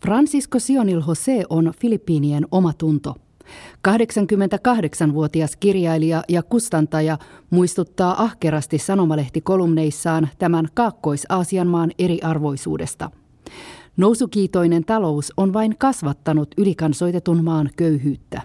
Francisco Sionil José on Filippiinien omatunto. 88-vuotias kirjailija ja kustantaja muistuttaa ahkerasti sanomalehtikolumneissaan tämän Kaakkois-Aasian maan eriarvoisuudesta. Nousukiitoinen talous on vain kasvattanut ylikansoitetun maan köyhyyttä.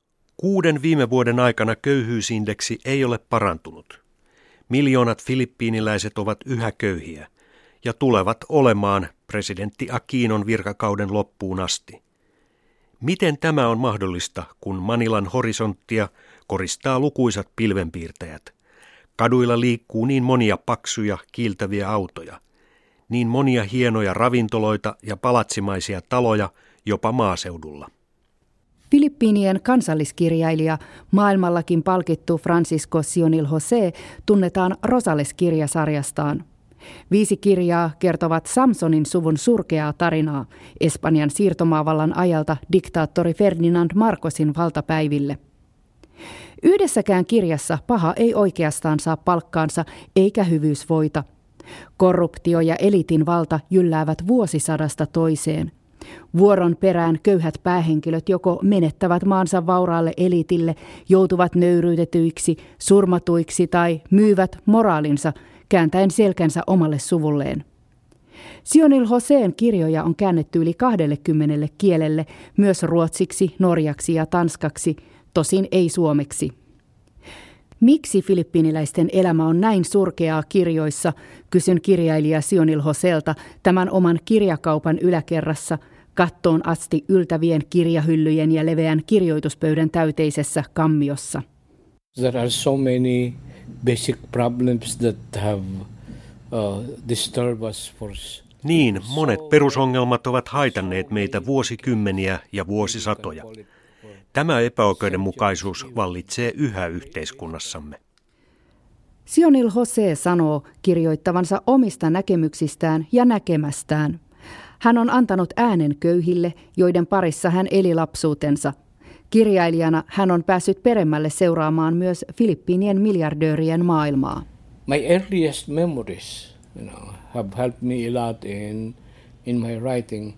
6 viime vuoden aikana köyhyysindeksi ei ole parantunut. Miljoonat filippiiniläiset ovat yhä köyhiä ja tulevat olemaan presidentti Aquinon virkakauden loppuun asti. Miten tämä on mahdollista, kun Manilan horisonttia koristaa lukuisat pilvenpiirtäjät? Kaduilla liikkuu niin monia paksuja, kiiltäviä autoja, niin monia hienoja ravintoloita ja palatsimaisia taloja jopa maaseudulla. Filippiinien kansalliskirjailija, maailmallakin palkittu Francisco Sionil José tunnetaan Rosales-kirjasarjastaan. 5 kirjaa kertovat Samsonin suvun surkeaa tarinaa Espanjan siirtomaavallan ajalta diktaattori Ferdinand Marcosin valtapäiville. Yhdessäkään kirjassa paha ei oikeastaan saa palkkaansa eikä hyvyys voita. Korruptio ja elitin valta jylläävät vuosisadasta toiseen. Vuoron perään köyhät päähenkilöt joko menettävät maansa vauraalle elitille, joutuvat nöyryytetyiksi, surmatuiksi tai myyvät moraalinsa kääntäen selkänsä omalle suvulleen. Sionil Josén kirjoja on käännetty yli 20 kielelle, myös ruotsiksi, norjaksi ja tanskaksi, tosin ei suomeksi. Miksi filippiiniläisten elämä on näin surkeaa kirjoissa, kysyn kirjailija Sionil Josélta tämän oman kirjakaupan yläkerrassa, kattoon asti yltävien kirjahyllyjen ja leveän kirjoituspöydän täyteisessä kammiossa. There are so many basic problems that have disturbed us for... Niin, monet perusongelmat ovat haitanneet meitä vuosikymmeniä ja vuosisatoja. Tämä epäoikeudenmukaisuus vallitsee yhä yhteiskunnassamme. Sionil José sanoo kirjoittavansa omista näkemyksistään ja näkemästään. Hän on antanut äänen köyhille, joiden parissa hän eli lapsuutensa. Kirjailijana hän on päässyt peremmälle seuraamaan myös Filippiinien miljardöörien maailmaa. My earliest memories, have helped me a lot in my writing.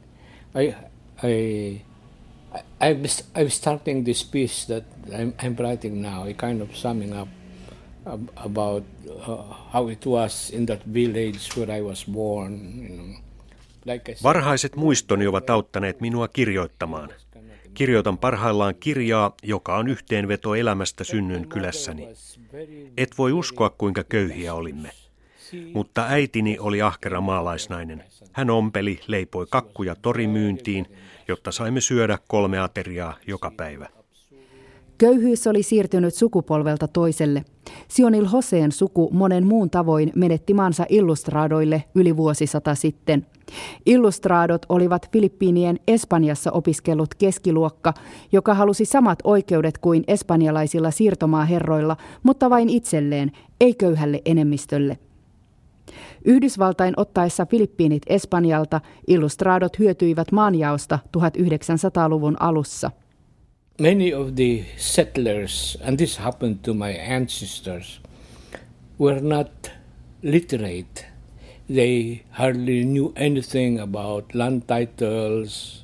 I'm starting this piece that I'm writing now, a kind of summing up about how it was in that village where I was born. Varhaiset muistoni ovat auttaneet minua kirjoittamaan. Kirjoitan parhaillaan kirjaa, joka on yhteenveto elämästä synnyinkylässäni. Et voi uskoa, kuinka köyhiä olimme. Mutta äitini oli ahkera maalaisnainen. Hän ompeli, leipoi kakkuja torimyyntiin, jotta saimme syödä 3 ateriaa joka päivä. Köyhyys oli siirtynyt sukupolvelta toiselle. Sionil Josén suku monen muun tavoin menetti maansa illustraadoille yli vuosisata sitten. Illustraadot olivat Filippiinien Espanjassa opiskellut keskiluokka, joka halusi samat oikeudet kuin espanjalaisilla siirtomaaherroilla, mutta vain itselleen, ei köyhälle enemmistölle. Yhdysvaltain ottaessa Filippiinit Espanjalta illustraadot hyötyivät maanjaosta 1900-luvun alussa. Many of the settlers, and this happened to my ancestors, were not literate. They hardly knew anything about land titles,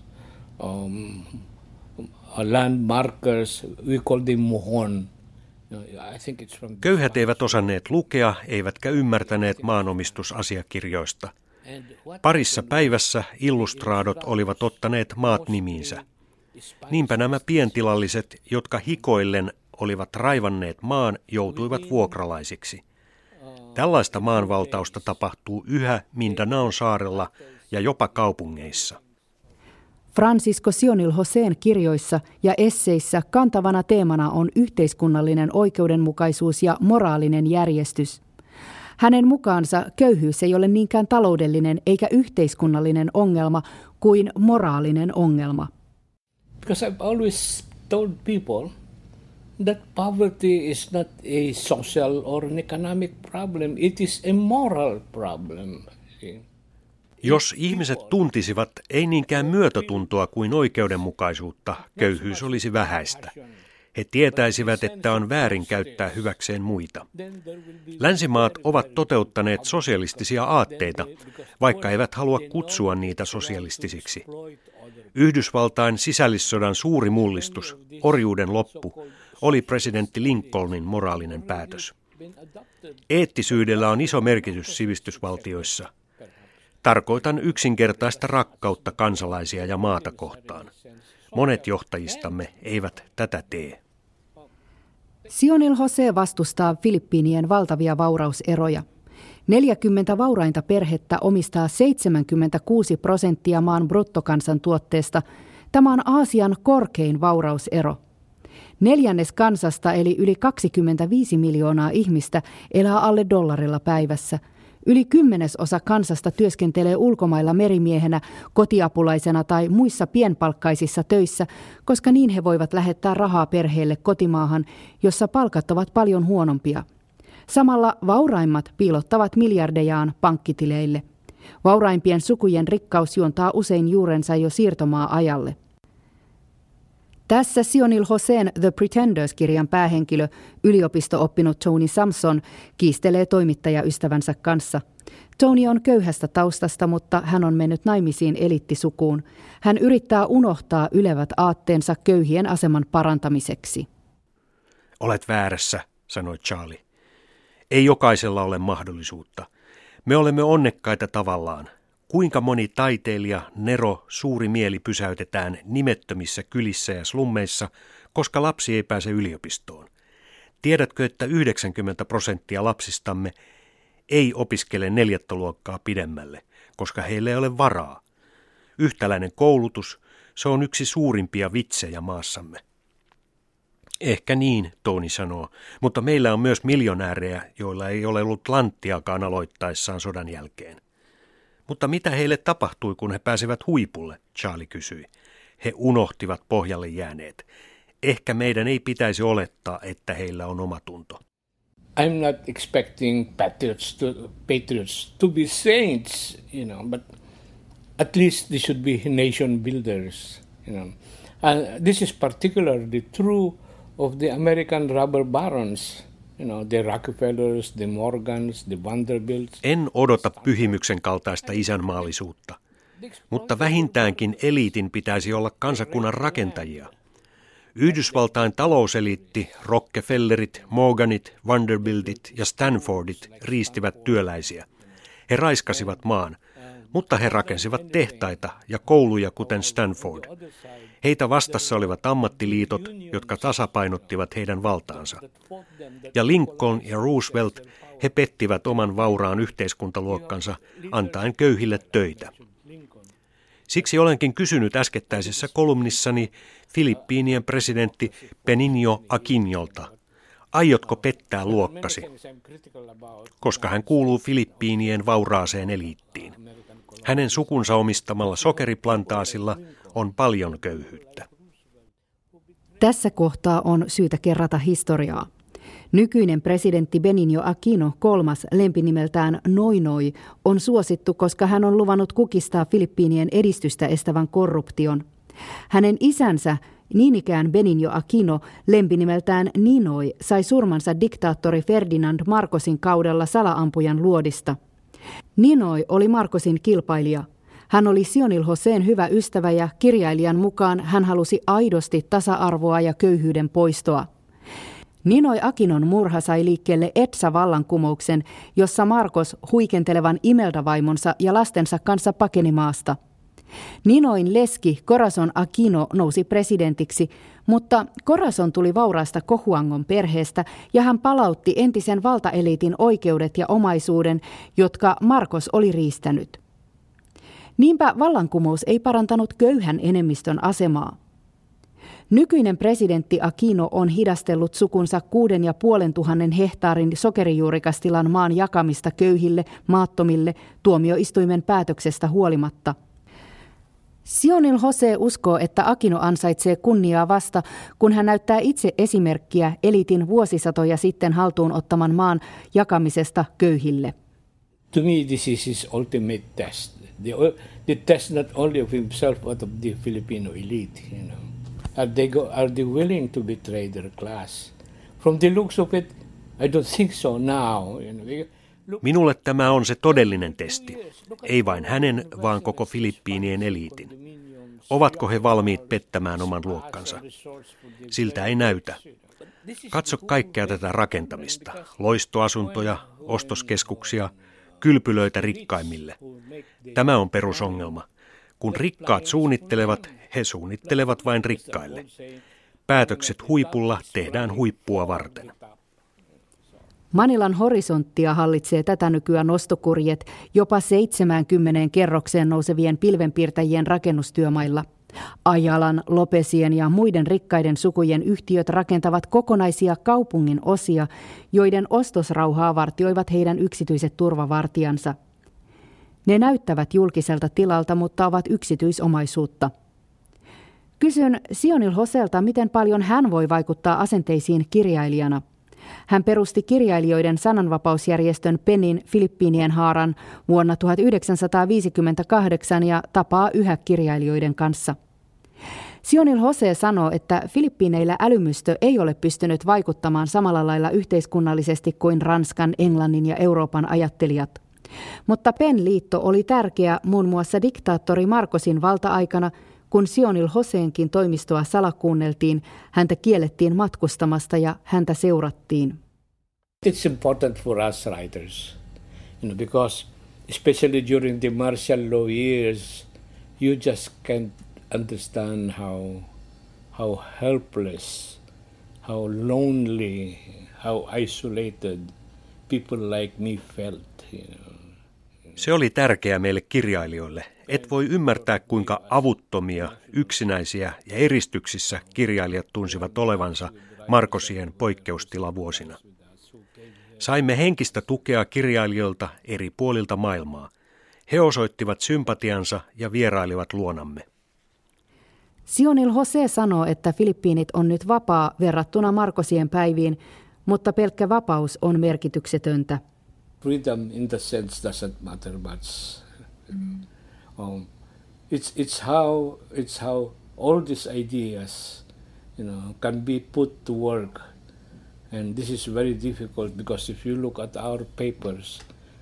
land markers. We call them mohon. Köyhät eivät osanneet lukea, eivätkä ymmärtäneet maanomistusasiakirjoista. Parissa päivässä illustraadot olivat ottaneet maat nimiinsä. Niinpä nämä pientilalliset, jotka hikoillen olivat raivanneet maan, joutuivat vuokralaisiksi. Tällaista maanvaltausta tapahtuu yhä Mindanaon saarella ja jopa kaupungeissa. Francisco Sionil Josén kirjoissa ja esseissä kantavana teemana on yhteiskunnallinen oikeudenmukaisuus ja moraalinen järjestys. Hänen mukaansa köyhyys ei ole niinkään taloudellinen eikä yhteiskunnallinen ongelma kuin moraalinen ongelma. Because I've always told people that poverty is not a social or an economic problem, it is a moral problem. Jos ihmiset tuntisivat ei niinkään myötätuntoa kuin oikeudenmukaisuutta, köyhyys olisi vähäistä. He tietäisivät, että on väärin käyttää hyväkseen muita. Länsimaat ovat toteuttaneet sosialistisia aatteita, vaikka eivät halua kutsua niitä sosialistisiksi. Yhdysvaltain sisällissodan suuri mullistus, orjuuden loppu, oli presidentti Lincolnin moraalinen päätös. Eettisyydellä on iso merkitys sivistysvaltioissa. Tarkoitan yksinkertaista rakkautta kansalaisia ja maata kohtaan. Monet johtajistamme eivät tätä tee. Sionil José vastustaa Filippiinien valtavia vaurauseroja. 40 vaurainta perhettä omistaa 76% maan bruttokansantuotteesta. Tämä on Aasian korkein vaurausero. 1/4 kansasta eli yli 25 miljoonaa ihmistä elää alle $1 päivässä. Yli 10% kansasta työskentelee ulkomailla merimiehenä, kotiapulaisena tai muissa pienpalkkaisissa töissä, koska niin he voivat lähettää rahaa perheelle kotimaahan, jossa palkat ovat paljon huonompia. Samalla vauraimmat piilottavat miljardejaan pankkitileille. Vauraimpien sukujen rikkaus juontaa usein juurensa jo siirtomaa-ajalle. Tässä Sionil Josén The Pretenders-kirjan päähenkilö, yliopisto-oppinut Tony Sampson, kiistelee toimittajaystävänsä kanssa. Tony on köyhästä taustasta, mutta hän on mennyt naimisiin eliittisukuun. Hän yrittää unohtaa ylevät aatteensa köyhien aseman parantamiseksi. Olet väärässä, sanoi Charlie. Ei jokaisella ole mahdollisuutta. Me olemme onnekkaita tavallaan. Kuinka moni taiteilija, nero, suuri mieli pysäytetään nimettömissä kylissä ja slummeissa, koska lapsi ei pääse yliopistoon? Tiedätkö, että 90% lapsistamme ei opiskele 4. luokkaa pidemmälle, koska heillä ei ole varaa? Yhtäläinen koulutus, se on yksi suurimpia vitsejä maassamme. Ehkä niin, Tony sanoo, mutta meillä on myös miljonäärejä, joilla ei ole ollut lanttiakaan aloittaessaan sodan jälkeen. Mutta mitä heille tapahtui, kun he pääsivät huipulle, Charlie kysyi. He unohtivat pohjalle jääneet. Ehkä meidän ei pitäisi olettaa, että heillä on omatunto. I'm not expecting patriots to be saints, but at least they should be nation builders, And this is particularly true of the American robber barons. The Rockefellers, the Morgans, the Vanderbilts. En odota pyhimyksen kaltaista isänmaallisuutta, mutta vähintäänkin eliitin pitäisi olla kansakunnan rakentajia. Yhdysvaltain talouseliitti, Rockefellerit, Morganit, Vanderbiltit ja Stanfordit riistivät työläisiä. He raiskasivat maan, mutta he rakensivat tehtaita ja kouluja kuten Stanford. Heitä vastassa olivat ammattiliitot, jotka tasapainottivat heidän valtaansa. Ja Lincoln ja Roosevelt, he pettivät oman vauraan yhteiskuntaluokkansa antaen köyhille töitä. Siksi olenkin kysynyt äskettäisessä kolumnissani Filippiinien presidentti Benigno Aquinolta, aiotko pettää luokkasi, koska hän kuuluu Filippiinien vauraaseen eliittiin. Hänen sukunsa omistamalla sokeriplantaassilla on paljon köyhyyttä. Tässä kohtaa on syytä kerrata historiaa. Nykyinen presidentti Benigno Aquino III, lempinimeltään Noinoi, on suosittu, koska hän on luvannut kukistaa Filippiinien edistystä estävän korruption. Hänen isänsä, niin ikään Benigno Aquino, lempinimeltään Ninoi, sai surmansa diktaattori Ferdinand Marcosin kaudella salaampujan luodista. Ninoi oli Marcosin kilpailija. Hän oli Sionil Josén hyvä ystävä ja kirjailijan mukaan hän halusi aidosti tasa-arvoa ja köyhyyden poistoa. Ninoi Aquinon murha sai liikkeelle Etsa-vallankumouksen, jossa Marcos huikentelevan Imelda-vaimonsa ja lastensa kanssa pakeni maasta. Ninoin leski Corazon Aquino nousi presidentiksi, mutta Corazon tuli vauraasta Cojuangon perheestä ja hän palautti entisen valtaeliitin oikeudet ja omaisuuden, jotka Marcos oli riistänyt. Niinpä vallankumous ei parantanut köyhän enemmistön asemaa. Nykyinen presidentti Aquino on hidastellut sukunsa 6500 hehtaarin sokerijuurikastilan maan jakamista köyhille, maattomille tuomioistuimen päätöksestä huolimatta. Sionil José uskoo, että Aquino ansaitsee kunniaa vasta, kun hän näyttää itse esimerkkiä eliitin vuosisatoja sitten haltuun ottaman maan jakamisesta köyhille. To me this is his ultimate test. The test not only of himself but of the Filipino elite, Are they willing to betray their class? From the looks of it, I don't think so now. Minulle tämä on se todellinen testi. Ei vain hänen, vaan koko Filippiinien eliitin. Ovatko he valmiit pettämään oman luokkansa? Siltä ei näytä. Katso kaikkea tätä rakentamista. Loistoasuntoja, ostoskeskuksia, kylpylöitä rikkaimmille. Tämä on perusongelma. Kun rikkaat suunnittelevat, he suunnittelevat vain rikkaille. Päätökset huipulla tehdään huippua varten. Manilan horisonttia hallitsee tätä nykyään nostokurjet jopa 70 kerrokseen nousevien pilvenpiirtäjien rakennustyömailla. Ayalan, Lopesien ja muiden rikkaiden sukujen yhtiöt rakentavat kokonaisia kaupungin osia, joiden ostosrauhaa vartioivat heidän yksityiset turvavartijansa. Ne näyttävät julkiselta tilalta, mutta ovat yksityisomaisuutta. Kysyn Sionil Joselta, miten paljon hän voi vaikuttaa asenteisiin kirjailijana. Hän perusti kirjailijoiden sananvapausjärjestön PENin Filippiinien haaran vuonna 1958 ja tapaa yhä kirjailijoiden kanssa. Sionil Jose sanoo, että Filippiineillä älymystö ei ole pystynyt vaikuttamaan samalla lailla yhteiskunnallisesti kuin Ranskan, Englannin ja Euroopan ajattelijat. Mutta PEN-liitto oli tärkeä muun muassa diktaattori Marcosin valta-aikana, kun Sionil Joseenkin toimistoa salakuunneltiin, häntä kiellettiin matkustamasta ja häntä seurattiin. It's important for us writers, because especially during the martial law years, you just can't understand how helpless, how lonely, how isolated people like me felt. Se oli tärkeää meille kirjailijoille. Et voi ymmärtää, kuinka avuttomia, yksinäisiä ja eristyksissä kirjailijat tunsivat olevansa Marcosien poikkeustilavuosina. Saimme henkistä tukea kirjailijoilta eri puolilta maailmaa. He osoittivat sympatiansa ja vierailivat luonamme. Sionil Jose sanoo, että Filippiinit on nyt vapaa verrattuna Marcosien päiviin, mutta pelkkä vapaus on merkityksetöntä. Freedom in the sense doesn't matter much. It's how all these ideas, can be put to work, and this is very difficult because if you look at our papers,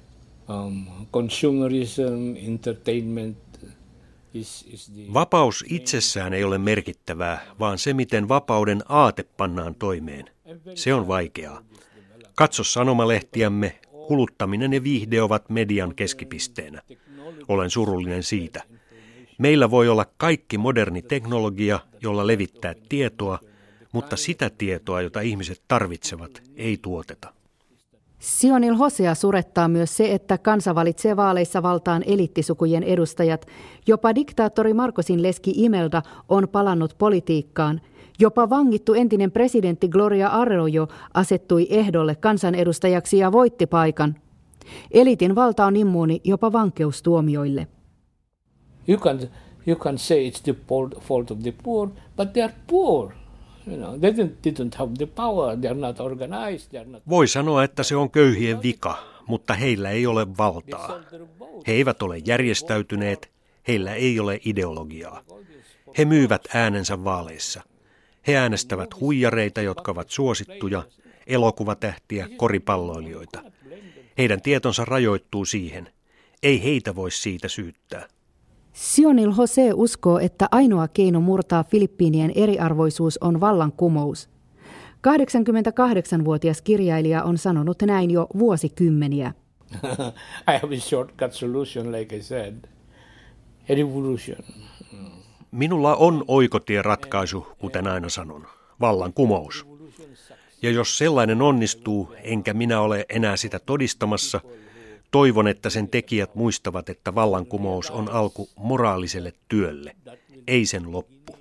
consumerism, entertainment is the... Vapaus itsessään ei ole merkittävää, vaan se, miten vapauden aate pannaan toimeen. Se on vaikeaa. Katso sanomalehtiämme. Kuluttaminen ja viihde ovat median keskipisteenä. Olen surullinen siitä. Meillä voi olla kaikki moderni teknologia, jolla levittää tietoa, mutta sitä tietoa, jota ihmiset tarvitsevat, ei tuoteta. Sionil Josea surettaa myös se, että kansa valitsee vaaleissa valtaan eliittisukujen edustajat. Jopa diktaattori Marcosin leski Imelda on palannut politiikkaan. Jopa vangittu entinen presidentti Gloria Arroyo asettui ehdolle kansanedustajaksi ja voitti paikan. Eliitin valta on immuuni jopa vankeustuomioille. You can say it's the fault of the poor, but they are poor. They didn't have the power. They are not organized. Voi sanoa, että se on köyhien vika, mutta heillä ei ole valtaa. He eivät ole järjestäytyneet, heillä ei ole ideologiaa. He myyvät äänensä vaaleissa. He äänestävät huijareita, jotka ovat suosittuja, elokuvatähtiä, koripalloilijoita. Heidän tietonsa rajoittuu siihen. Ei heitä voi siitä syyttää. Sionil Jose uskoo, että ainoa keino murtaa Filippiinien eriarvoisuus on vallankumous. 88-vuotias kirjailija on sanonut näin jo vuosikymmeniä. I have a shortcut solution, like I said. A revolution. Minulla on oikotie-ratkaisu, kuten aina sanon. Vallankumous. Ja jos sellainen onnistuu, enkä minä ole enää sitä todistamassa, toivon, että sen tekijät muistavat, että vallankumous on alku moraaliselle työlle, ei sen loppu.